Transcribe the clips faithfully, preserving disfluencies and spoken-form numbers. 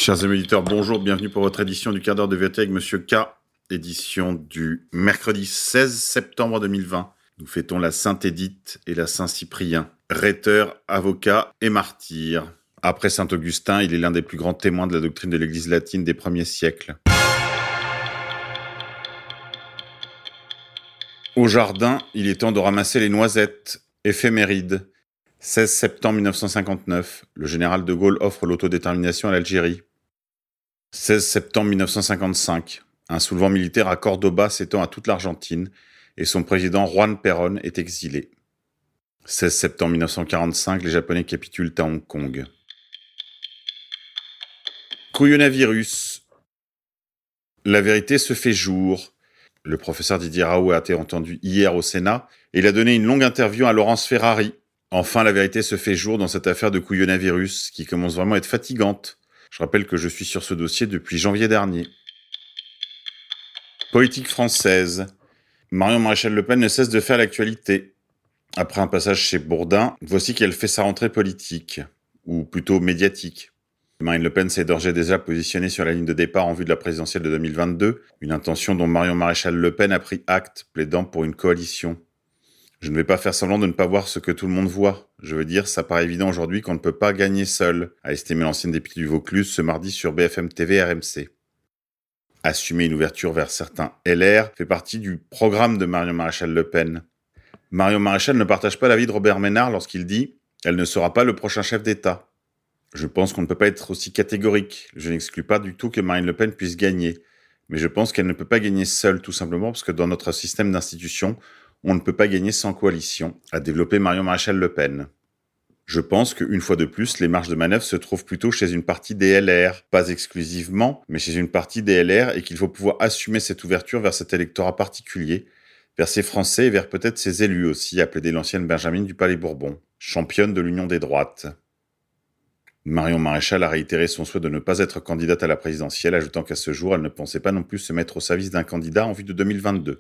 Chers amis auditeurs, bonjour, bienvenue pour votre édition du quart d'heure de vérité avec Monsieur K, édition du mercredi seize septembre deux mille vingt. Nous fêtons la Sainte Édith et la Saint-Cyprien, rhéteur, avocat et martyr. Après Saint-Augustin, il est l'un des plus grands témoins de la doctrine de l'Église latine des premiers siècles. Au jardin, il est temps de ramasser les noisettes. Éphéméride. seize septembre mille neuf cent cinquante-neuf, le général de Gaulle offre l'autodétermination à l'Algérie. seize septembre mille neuf cent cinquante-cinq, un soulèvement militaire à Cordoba s'étend à toute l'Argentine et son président Juan Perón est exilé. seize septembre mille neuf cent quarante-cinq, les Japonais capitulent à Hong Kong. Couillonavirus. La vérité se fait jour. Le professeur Didier Raoult a été entendu hier au Sénat et il a donné une longue interview à Laurence Ferrari. Enfin, la vérité se fait jour dans cette affaire de couillonavirus qui commence vraiment à être fatigante. Je rappelle que je suis sur ce dossier depuis janvier dernier. Politique française. Marion Maréchal Le Pen ne cesse de faire l'actualité. Après un passage chez Bourdin, voici qu'elle fait sa rentrée politique, ou plutôt médiatique. Marine Le Pen s'est d'ores et déjà positionnée sur la ligne de départ en vue de la présidentielle de deux mille vingt-deux, une intention dont Marion Maréchal Le Pen a pris acte, plaidant pour une coalition. Je ne vais pas faire semblant de ne pas voir ce que tout le monde voit. Je veux dire, ça paraît évident aujourd'hui qu'on ne peut pas gagner seul, a estimé l'ancienne députée du Vaucluse ce mardi sur B F M T V R M C. Assumer une ouverture vers certains L R fait partie du programme de Marion Maréchal Le Pen. Marion Maréchal ne partage pas l'avis de Robert Ménard lorsqu'il dit « Elle ne sera pas le prochain chef d'État ». Je pense qu'on ne peut pas être aussi catégorique. Je n'exclus pas du tout que Marine Le Pen puisse gagner. Mais je pense qu'elle ne peut pas gagner seule, tout simplement parce que dans notre système d'institutions, on ne peut pas gagner sans coalition, a développé Marion Maréchal Le Pen. Je pense qu'une fois de plus, les marges de manœuvre se trouvent plutôt chez une partie des L R, pas exclusivement, mais chez une partie des L R, et qu'il faut pouvoir assumer cette ouverture vers cet électorat particulier, vers ces Français et vers peut-être ces élus aussi, a plaidé l'ancienne Benjamine du Palais Bourbon, championne de l'Union des droites. Marion Maréchal a réitéré son souhait de ne pas être candidate à la présidentielle, ajoutant qu'à ce jour, elle ne pensait pas non plus se mettre au service d'un candidat en vue de deux mille vingt-deux.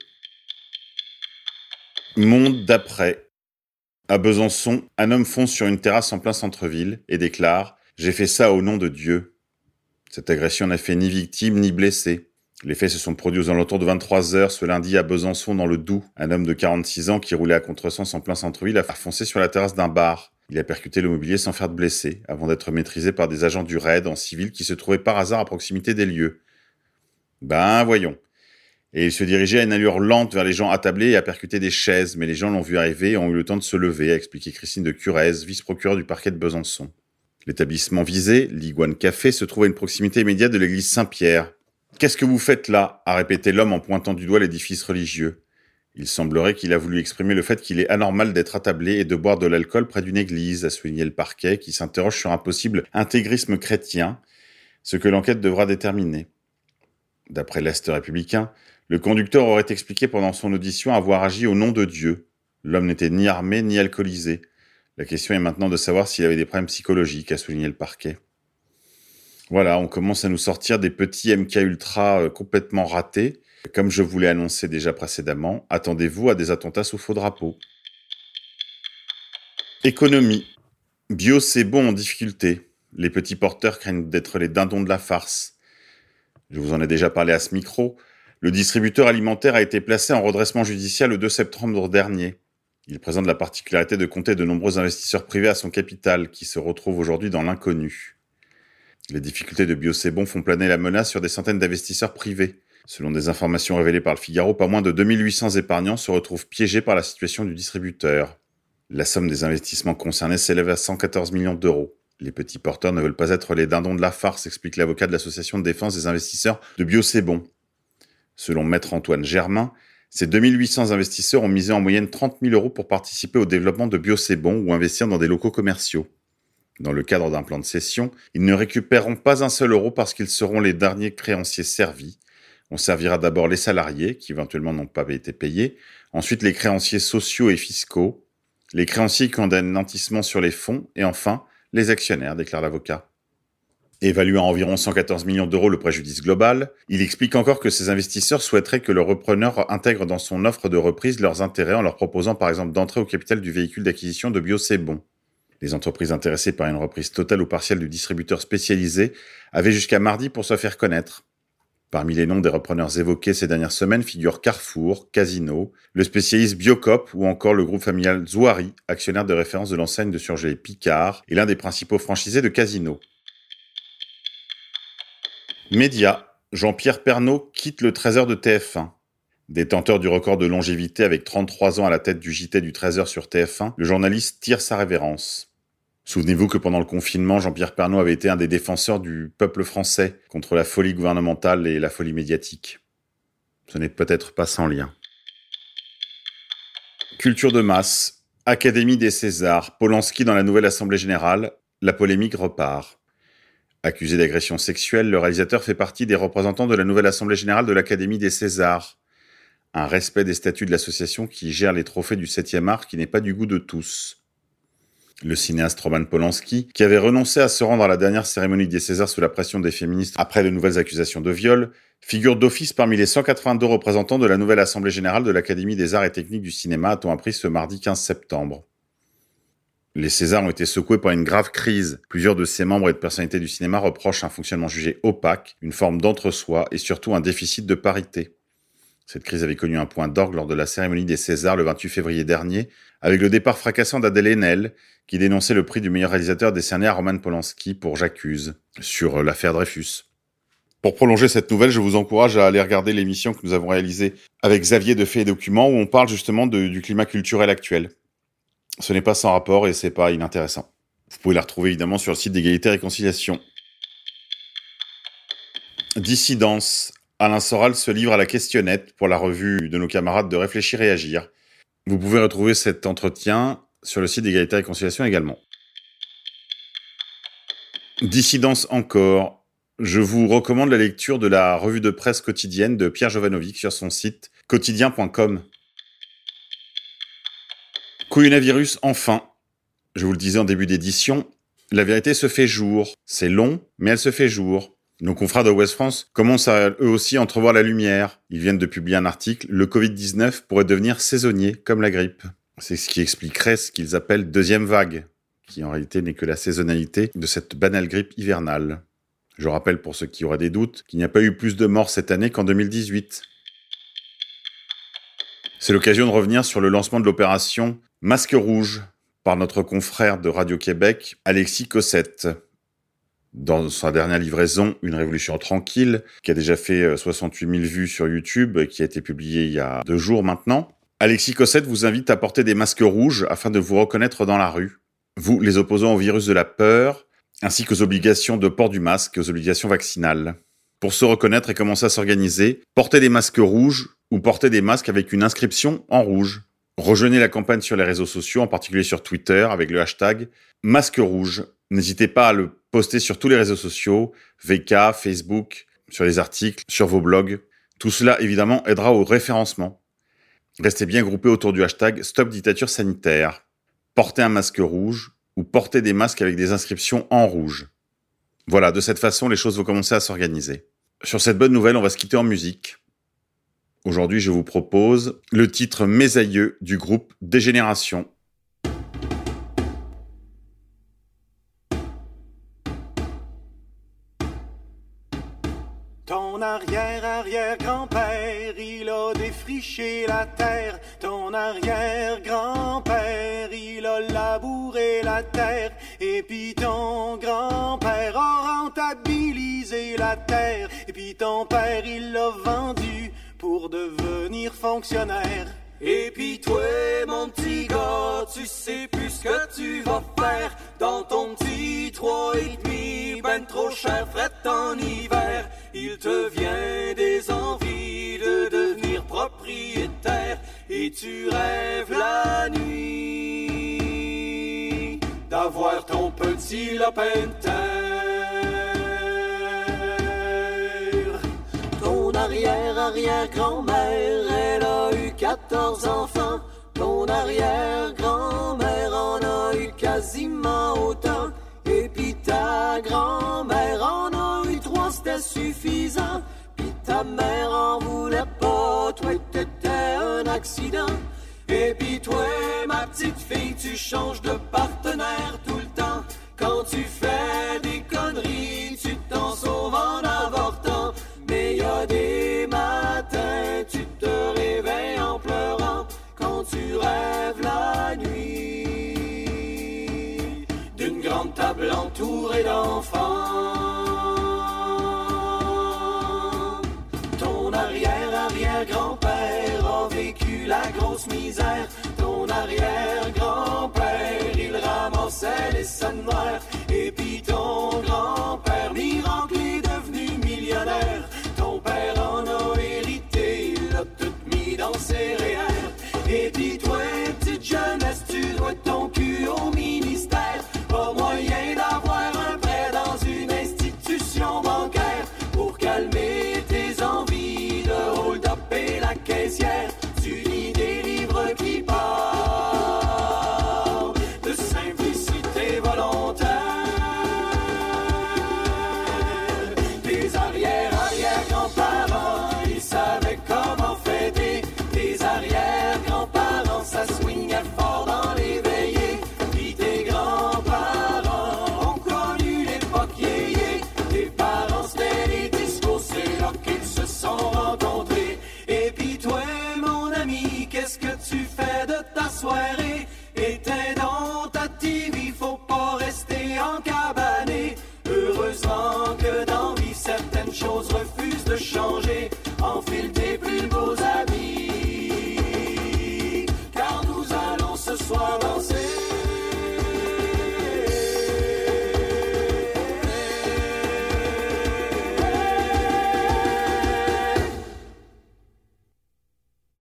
Monde d'après. À Besançon, un homme fonce sur une terrasse en plein centre-ville et déclare « J'ai fait ça au nom de Dieu ». Cette agression n'a fait ni victime ni blessé. Les faits se sont produits aux alentours de vingt-trois heures ce lundi à Besançon dans le Doubs. Un homme de quarante-six ans qui roulait à contresens en plein centre-ville a foncé sur la terrasse d'un bar. Il a percuté le mobilier sans faire de blessés, avant d'être maîtrisé par des agents du raid en civil qui se trouvaient par hasard à proximité des lieux. Ben voyons. Et il se dirigeait à une allure lente vers les gens attablés et a percuté des chaises, mais les gens l'ont vu arriver et ont eu le temps de se lever, a expliqué Christine de Curez, vice-procureure du parquet de Besançon. L'établissement visé, l'Iguane Café, se trouve à une proximité immédiate de l'église Saint-Pierre. « Qu'est-ce que vous faites là ?» a répété l'homme en pointant du doigt l'édifice religieux. Il semblerait qu'il a voulu exprimer le fait qu'il est anormal d'être attablé et de boire de l'alcool près d'une église, a souligné le parquet, qui s'interroge sur un possible intégrisme chrétien, ce que l'enquête devra déterminer. D'après l'Est républicain, le conducteur aurait expliqué pendant son audition avoir agi au nom de Dieu. L'homme n'était ni armé ni alcoolisé. La question est maintenant de savoir s'il avait des problèmes psychologiques, a souligné le parquet. Voilà, on commence à nous sortir des petits M K Ultra complètement ratés. Comme je vous l'ai annoncé déjà précédemment, attendez-vous à des attentats sous faux drapeau. Économie. Bio, c'est bon en difficulté. Les petits porteurs craignent d'être les dindons de la farce. Je vous en ai déjà parlé à ce micro. Le distributeur alimentaire a été placé en redressement judiciaire le deux septembre dernier. Il présente la particularité de compter de nombreux investisseurs privés à son capital, qui se retrouvent aujourd'hui dans l'inconnu. Les difficultés de Bio, c'est bon font planer la menace sur des centaines d'investisseurs privés. Selon des informations révélées par le Figaro, pas moins de deux mille huit cents épargnants se retrouvent piégés par la situation du distributeur. La somme des investissements concernés s'élève à cent quatorze millions d'euros. Les petits porteurs ne veulent pas être les dindons de la farce, explique l'avocat de l'association de défense des investisseurs de Bio, c'est bon. Selon maître Antoine Germain, ces deux mille huit cents investisseurs ont misé en moyenne trente mille euros pour participer au développement de Bio, c'est bon ou investir dans des locaux commerciaux. Dans le cadre d'un plan de cession, ils ne récupéreront pas un seul euro parce qu'ils seront les derniers créanciers servis. On servira d'abord les salariés, qui éventuellement n'ont pas été payés, ensuite les créanciers sociaux et fiscaux, les créanciers qui ont un nantissement sur les fonds, et enfin, les actionnaires, déclare l'avocat. Évaluant à environ cent quatorze millions d'euros le préjudice global, il explique encore que ces investisseurs souhaiteraient que le repreneur intègre dans son offre de reprise leurs intérêts en leur proposant par exemple d'entrer au capital du véhicule d'acquisition de Bio, c'est bon. Les entreprises intéressées par une reprise totale ou partielle du distributeur spécialisé avaient jusqu'à mardi pour se faire connaître. Parmi les noms des repreneurs évoqués ces dernières semaines figurent Carrefour, Casino, le spécialiste Biocop ou encore le groupe familial Zouari, actionnaire de référence de l'enseigne de surgelés Picard et l'un des principaux franchisés de Casino. Médias. Jean-Pierre Pernaut quitte le treize heures de T F un. Détenteur du record de longévité avec trente-trois ans à la tête du J T du treize heures sur T F un, le journaliste tire sa révérence. Souvenez-vous que pendant le confinement, Jean-Pierre Pernaut avait été un des défenseurs du peuple français contre la folie gouvernementale et la folie médiatique. Ce n'est peut-être pas sans lien. Culture de masse. Académie des Césars. Polanski dans la nouvelle Assemblée Générale. La polémique repart. Accusé d'agression sexuelle, le réalisateur fait partie des représentants de la nouvelle Assemblée Générale de l'Académie des Césars. Un respect des statuts de l'association qui gère les trophées du septième art qui n'est pas du goût de tous. Le cinéaste Roman Polanski, qui avait renoncé à se rendre à la dernière cérémonie des Césars sous la pression des féministes après de nouvelles accusations de viol, figure d'office parmi les cent quatre-vingt-deux représentants de la nouvelle Assemblée Générale de l'Académie des Arts et Techniques du Cinéma, a-t-on appris ce mardi quinze septembre. Les Césars ont été secoués par une grave crise. Plusieurs de ses membres et de personnalités du cinéma reprochent un fonctionnement jugé opaque, une forme d'entre-soi et surtout un déficit de parité. Cette crise avait connu un point d'orgue lors de la cérémonie des Césars le vingt-huit février dernier, avec le départ fracassant d'Adèle Haenel, qui dénonçait le prix du meilleur réalisateur décerné à Roman Polanski pour J'accuse, sur l'affaire Dreyfus. Pour prolonger cette nouvelle, je vous encourage à aller regarder l'émission que nous avons réalisée avec Xavier de Faits et Documents, où on parle justement de, du climat culturel actuel. Ce n'est pas sans rapport et c'est pas inintéressant. Vous pouvez la retrouver évidemment sur le site d'Égalité et Réconciliation. Dissidence. Alain Soral se livre à la questionnette pour la revue de nos camarades de Réfléchir et Agir. Vous pouvez retrouver cet entretien sur le site d'Égalité et Réconciliation également. Dissidence encore. Je vous recommande la lecture de la revue de presse quotidienne de Pierre Jovanovic sur son site quotidien point com. Coronavirus enfin. Je vous le disais en début d'édition, la vérité se fait jour. C'est long, mais elle se fait jour. Nos confrères de Ouest France commencent à eux aussi entrevoir la lumière. Ils viennent de publier un article, le covid dix-neuf pourrait devenir saisonnier, comme la grippe. C'est ce qui expliquerait ce qu'ils appellent deuxième vague, qui en réalité n'est que la saisonnalité de cette banale grippe hivernale. Je rappelle pour ceux qui auraient des doutes qu'il n'y a pas eu plus de morts cette année qu'en deux mille dix-huit. C'est l'occasion de revenir sur le lancement de l'opération Masque Rouge par notre confrère de Radio-Québec, Alexis Cossette. Dans sa dernière livraison, Une révolution tranquille, qui a déjà fait soixante-huit mille vues sur YouTube, qui a été publié il y a deux jours maintenant, Alexis Cossette vous invite à porter des masques rouges afin de vous reconnaître dans la rue. Vous, les opposants au virus de la peur, ainsi qu'aux obligations de port du masque et aux obligations vaccinales. Pour se reconnaître et commencer à s'organiser, portez des masques rouges ou portez des masques avec une inscription en rouge. Rejoignez la campagne sur les réseaux sociaux, en particulier sur Twitter, avec le hashtag Masque Rouge. N'hésitez pas à le poster sur tous les réseaux sociaux, V K, Facebook, sur les articles, sur vos blogs. Tout cela, évidemment, aidera au référencement. Restez bien groupés autour du hashtag Stop Dictature Sanitaire. Portez un masque rouge ou portez des masques avec des inscriptions en rouge. Voilà, de cette façon, les choses vont commencer à s'organiser. Sur cette bonne nouvelle, on va se quitter en musique. Aujourd'hui, je vous propose le titre Mes aïeux du groupe Dégénération. Ton arrière-arrière-grand-père, il a défriché la terre. Ton arrière-grand-père, il a labouré la terre. Et puis ton grand-père a rentabilisé la terre. Et puis ton père, il l'a vendu pour devenir fonctionnaire. Et puis toi, mon petit gars, tu sais plus ce que tu vas faire dans ton petit trois et demi, ben trop cher, fret en hiver. Il te vient des envies de devenir propriétaire et tu rêves la nuit d'avoir ton petit lopin de terre. Ton arrière-arrière-grand-mère, elle a eu quatorze enfants. Ton arrière-grand-mère en a eu quasiment autant. Et pis ta grand-mère en a eu trois, c'était suffisant. Pis ta mère en voulait pas, toi t'étais un accident. Et Et puis toi, ma petite fille, tu changes de partenaire tout le temps. Quand tu fais des conneries, tu t'en sauves en avortant. Mais y a des matins, tu te réveilles en pleurant quand tu rêves la nuit d'une grande table entourée d'enfants. Ton arrière-arrière-grand-père a vécu la grosse misère. Ton arrière-grand-père, il ramassait les scènes noires. Et puis ton grand-père, miracle, est devenu millionnaire. Ton père en a hérité, il l'a tout mis dans ses R E E R. Et puis toi, petite jeunesse, tu dois ton cul au ministère. Pas moyen d'avoir un prêt dans une institution bancaire pour calmer tes envies de hold-up et la caissière. Tu lis des livres qui parlent de simplicité volontaire. Tes arrière-arrière-grands-parents, ils savaient comment fêter. Tes arrière-grands-parents, ça swingait fort dans les veillées. Puis tes grands-parents ont connu l'époque yéyé. Tes parents, c'était les discours, c'est là qu'ils se sont rencontrés. Et puis toi, mon ami, qu'est-ce que tu fais de ta soirée? Éteins donc ta T V, faut pas rester encabané. Heureusement que dans vie, certaines choses refusent de changer. Enfile tes